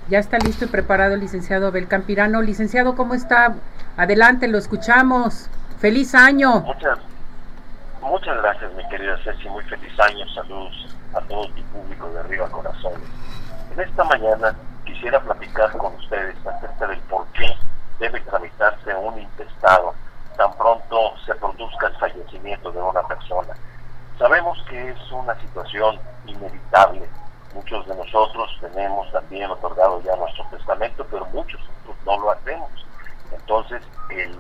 Ya está listo y preparado el licenciado Abel Campirano. Licenciado, ¿cómo está? Adelante, lo escuchamos. ¡Feliz año! Muchas gracias, mi querida Ceci. Muy feliz año. Saludos a todo tu público de Arriba Corazones. En esta mañana quisiera platicar con ustedes acerca del por qué debe tramitarse un intestado tan pronto se produzca el fallecimiento de una persona. Sabemos que es una situación inevitable. Muchos de nosotros tenemos también otorgado ya nuestro testamento, pero muchos otros no lo hacemos. Entonces, el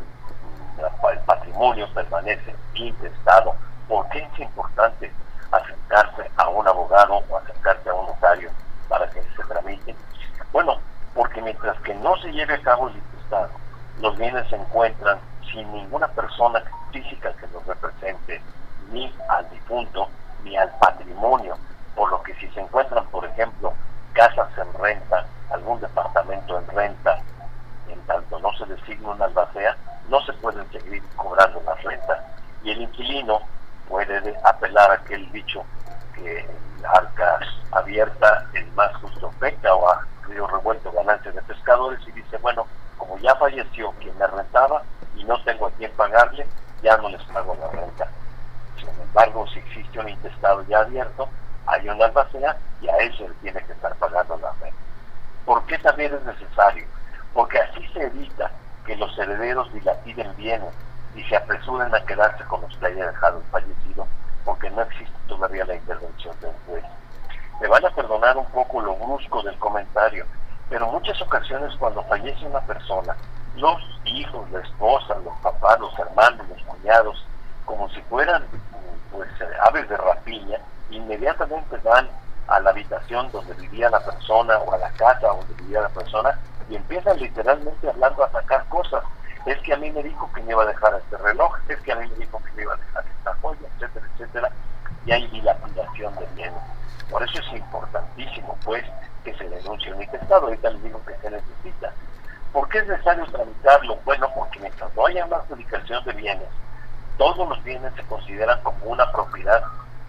patrimonio permanece intestado. ¿Por qué es importante acercarse a un abogado o acercarse a un notario para que se tramite? Bueno, porque mientras que no se lleve a cabo el intestado, los bienes se encuentran sin ninguna persona física que los represente, ni al difunto, ni al patrimonio, por lo que si se encuentran, por ejemplo, casas en renta, algún departamento en renta, en tanto no se designe una albacea, no se pueden seguir cobrando las rentas. Y el inquilino puede apelar a aquel dicho que en arca abierta el más justo peca, o a río revuelto ganancias de pescadores, y dice, bueno, como ya falleció quien me rentaba y no tengo a quién pagarle, ya no les pago la renta. Sin embargo, si existe un intestado ya abierto, hay una albacea y a eso le tiene que estar pagando la renta. ¿Por qué también es necesario? Porque así se evita que los herederos dilapiden bienes y se apresuren a quedarse con los que haya dejado el fallecido, porque no existe todavía la intervención de un juez. Me van a perdonar un poco lo brusco del comentario, pero en muchas ocasiones cuando fallece una persona, los hijos, la esposa, los papás, los hermanos, los cuñados, como si fueran aves de rapiña, inmediatamente van a la habitación donde vivía la persona o a la casa donde vivía la persona y empiezan literalmente hablando a sacar cosas. Es que a mí me dijo que me iba a dejar este reloj, es que a mí me dijo que me iba a dejar esta joya, etcétera, etcétera, y hay dilapidación de bienes. Por eso es importantísimo, pues, que se denuncie un intestado. Ahorita les digo que se necesita. ¿Por qué es necesario tramitarlo? Bueno, porque mientras no haya una adjudicación de bienes, todos los bienes se consideran como una propiedad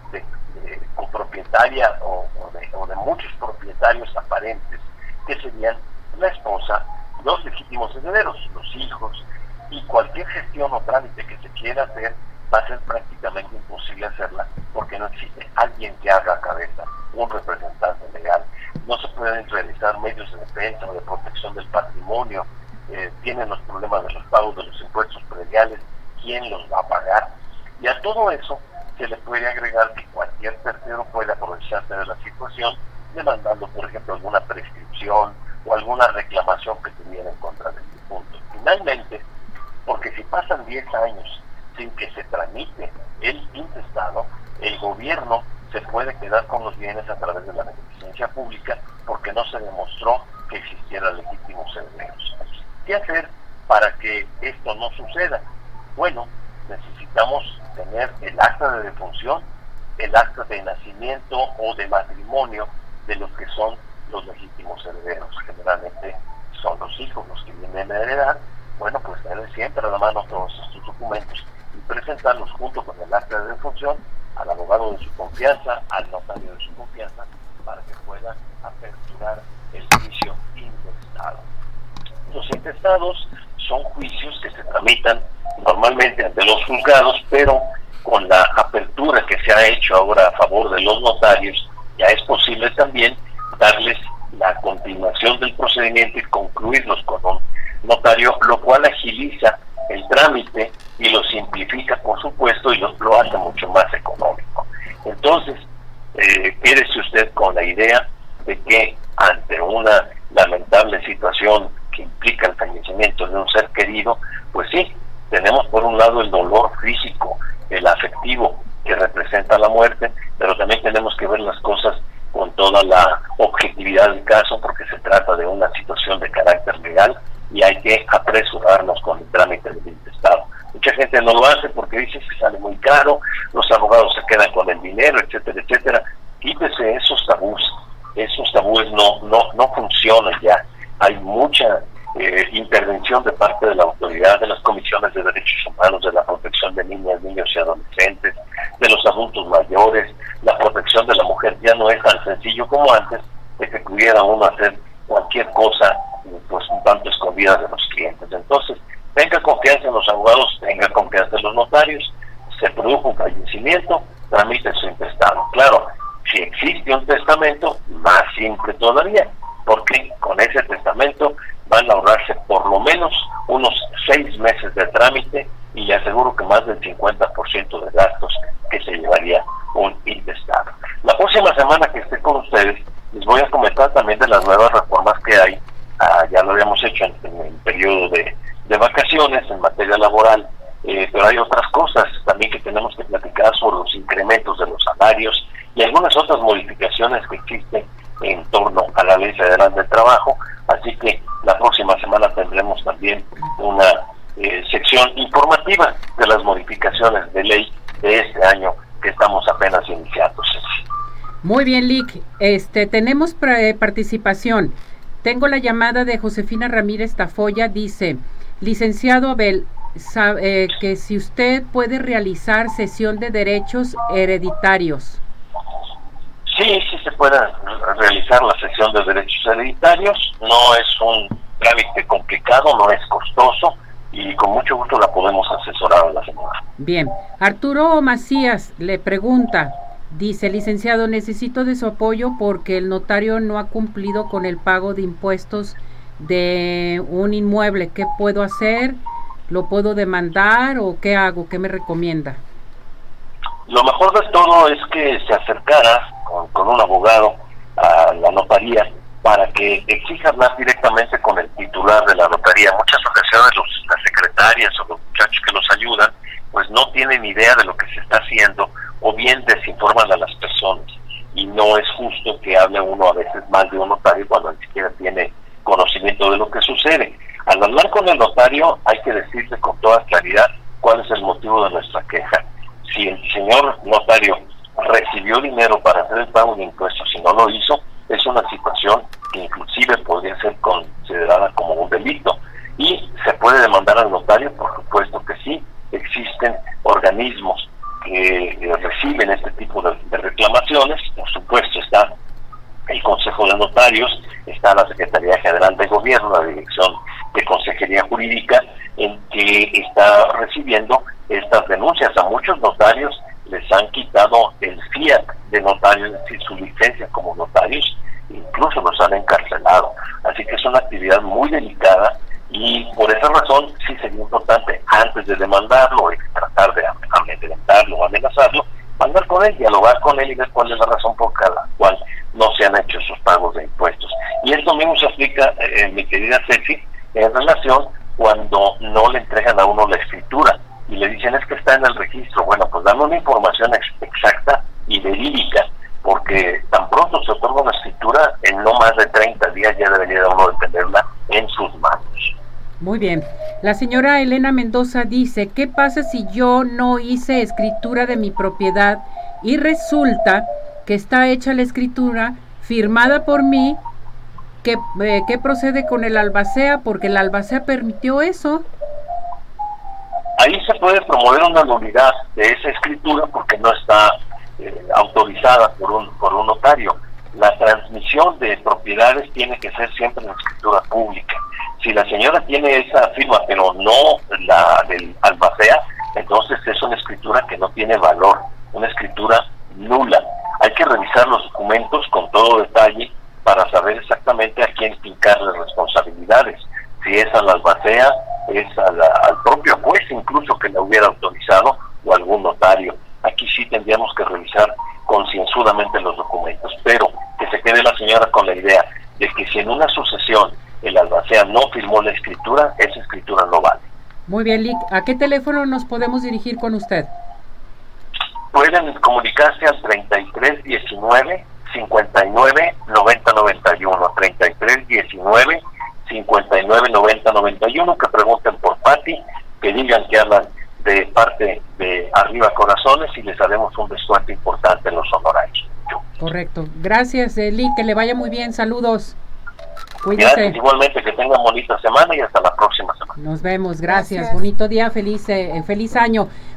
copropietaria o de muchos propietarios aparentes, que serían la esposa, los legítimos herederos, los hijos, y cualquier gestión o trámite que se quiera hacer va a ser prácticamente imposible hacerla porque no existe alguien que haga cabeza, un representante legal. No se pueden realizar medios de defensa o de protección del patrimonio, tienen los problemas de los pagos de los impuestos prediales, ¿quién los va a pagar? Y a todo eso se le puede agregar que cualquier tercero puede aprovecharse de la situación demandando, por ejemplo, alguna prescripción o alguna reclamación que tuviera en contra del difunto. Finalmente, porque si pasan 10 años sin que se tramite el intestado, el gobierno se puede quedar con los bienes a través de la beneficencia pública porque no se demostró que existieran legítimos herederos. ¿Qué hacer para que esto no suceda? Bueno, necesitamos tener el acta de defunción, el acta de nacimiento o de matrimonio de los que son los legítimos herederos. Generalmente son los hijos los que vienen a heredar. Bueno, pues tener siempre a la mano todos estos documentos y presentarlos junto con el acta de defunción al abogado de su confianza, al notario de su confianza, para que pueda aperturar el juicio intestado. Los intestados son juicios que se tramitan normalmente ante los juzgados, pero con la apertura que se ha hecho ahora a favor de los notarios, ya es posible también darles la continuación del procedimiento y concluirlos con un notario, lo cual agiliza el trámite y lo simplifica, por supuesto, y lo hace mucho más económico. Entonces, quédese usted con la idea de que ante una lamentable situación que implica el fallecimiento de un ser querido, pues sí, tenemos por un lado el dolor físico, el afectivo que representa la muerte, pero también tenemos que ver las cosas con toda la objetividad del caso, porque se trata de una situación de carácter legal y hay que apresurarnos con el trámite del intestado. Mucha gente no lo hace porque dice que sale muy caro, los abogados se quedan con el dinero, etcétera, etcétera. Quítese esos tabúes no funcionan ya. Hay mucha intervención de parte de la autoridad, de las comisiones de derechos humanos, de la protección de niñas, niños y adolescentes, de los adultos mayores. La protección de la mujer ya no es tan sencillo como antes, de que pudiera uno hacer cualquier cualquier cosa pues un tanto escondida de los clientes. Entonces, tenga confianza en los abogados, tenga confianza en los notarios. Se produjo un fallecimiento, tramite su intestado. Claro, si existe un testamento, más simple todavía, porque con ese testamento van a ahorrarse por lo menos unos 6 meses de trámite, y le aseguro que más del 50% de gastos que se llevaría un intestado. La próxima semana que esté con ustedes, les voy a comentar también de las nuevas reformas que hay. Ya lo habíamos hecho en el periodo de vacaciones en materia laboral, pero hay otras cosas también que tenemos que platicar sobre los incrementos de los salarios y algunas otras modificaciones que existen en torno a la Ley Federal del Trabajo. Así que la próxima semana tendremos también una sección informativa de las modificaciones de ley de este año que estamos apenas iniciando. Muy bien, Lic. Tenemos participación. Tengo la llamada de Josefina Ramírez Tafoya. Dice: licenciado Abel, que si usted puede realizar cesión de derechos hereditarios. Sí se puede realizar la cesión de derechos hereditarios. No es un trámite complicado, no es costoso, y con mucho gusto la podemos asesorar a la señora. Bien. Arturo Macías le pregunta, dice: licenciado, necesito de su apoyo porque el notario no ha cumplido con el pago de impuestos de un inmueble. ¿Qué puedo hacer? ¿Lo puedo demandar o qué hago? ¿Qué me recomienda? Lo mejor de todo es que se acercara con un abogado a la notaría para que exija hablar directamente con el titular de la notaría. Muchas ocasiones las secretarias o los muchachos que nos ayudan pues no tienen idea de lo que se está haciendo, o bien desinforman a las personas, y no es justo que hable uno a veces mal de un notario cuando ni siquiera tiene conocimiento de lo que sucede. Al hablar con el notario hay que decirle con toda claridad cuál es el motivo de nuestra queja. Si el señor notario recibió dinero para hacer el pago de impuestos y no lo hizo, es una situación que inclusive podría ser considerada como un delito, y se puede demandar al notario. Por supuesto que sí. Existen organismos que reciben este tipo de reclamaciones. Por supuesto está el Consejo de Notarios, está la Secretaría General de Gobierno, la Dirección de Consejería Jurídica, en que está recibiendo estas denuncias. A muchos notarios les han quitado el fiat de notario, es decir, su licencia como notarios, incluso los han encarcelado. Así que es una actividad muy delicada, y por esa razón sí sería importante, antes de demandarlo, tratar de amedrentarlo o amenazarlo, hablar con él, dialogar con él y ver cuál es la razón por la cual no se han hecho esos pagos de impuestos. Y esto mismo se aplica, mi querida Ceci, en relación cuando no le entregan a uno la escritura y le dicen es que está en el registro. Bueno, pues dame una información exacta y verídica, porque tan pronto se otorga una escritura, en no más de 30 días ya debería uno de tenerla en sus manos. Muy bien. La señora Elena Mendoza dice: ¿qué pasa si yo no hice escritura de mi propiedad y resulta que está hecha la escritura firmada por mí? ¿Qué procede con el albacea? Porque el albacea permitió eso. Ahí se puede promover una nulidad de esa escritura porque no está autorizada por un notario. La transmisión de propiedades tiene que ser siempre en escritura pública. Si la señora tiene esa firma pero no la del albacea, entonces es una escritura que no tiene valor, una escritura nula. Hay que revisar los documentos con todo detalle para saber exactamente a quién fincarle responsabilidades. Si es a la albacea, es al propio juez incluso que la hubiera autorizado, o algún notario. Aquí sí tendríamos que revisar concienzudamente los documentos, pero que se quede la señora con la idea de que si en una sucesión el albacea no firmó la escritura, esa escritura no vale. Muy bien, Lic. ¿A qué teléfono nos podemos dirigir con usted? Pueden comunicarse al 3319 59 90 91, 3319 59 90 91, que pregunten por Pati, que digan que hablan de parte de Arriba Corazones y les haremos un descuento importante en los honorarios. Correcto. Gracias, Lic, que le vaya muy bien. Saludos. Cuídese. Gracias, igualmente, que tengan bonita semana y hasta la próxima semana. Nos vemos, gracias. Bonito día, feliz año.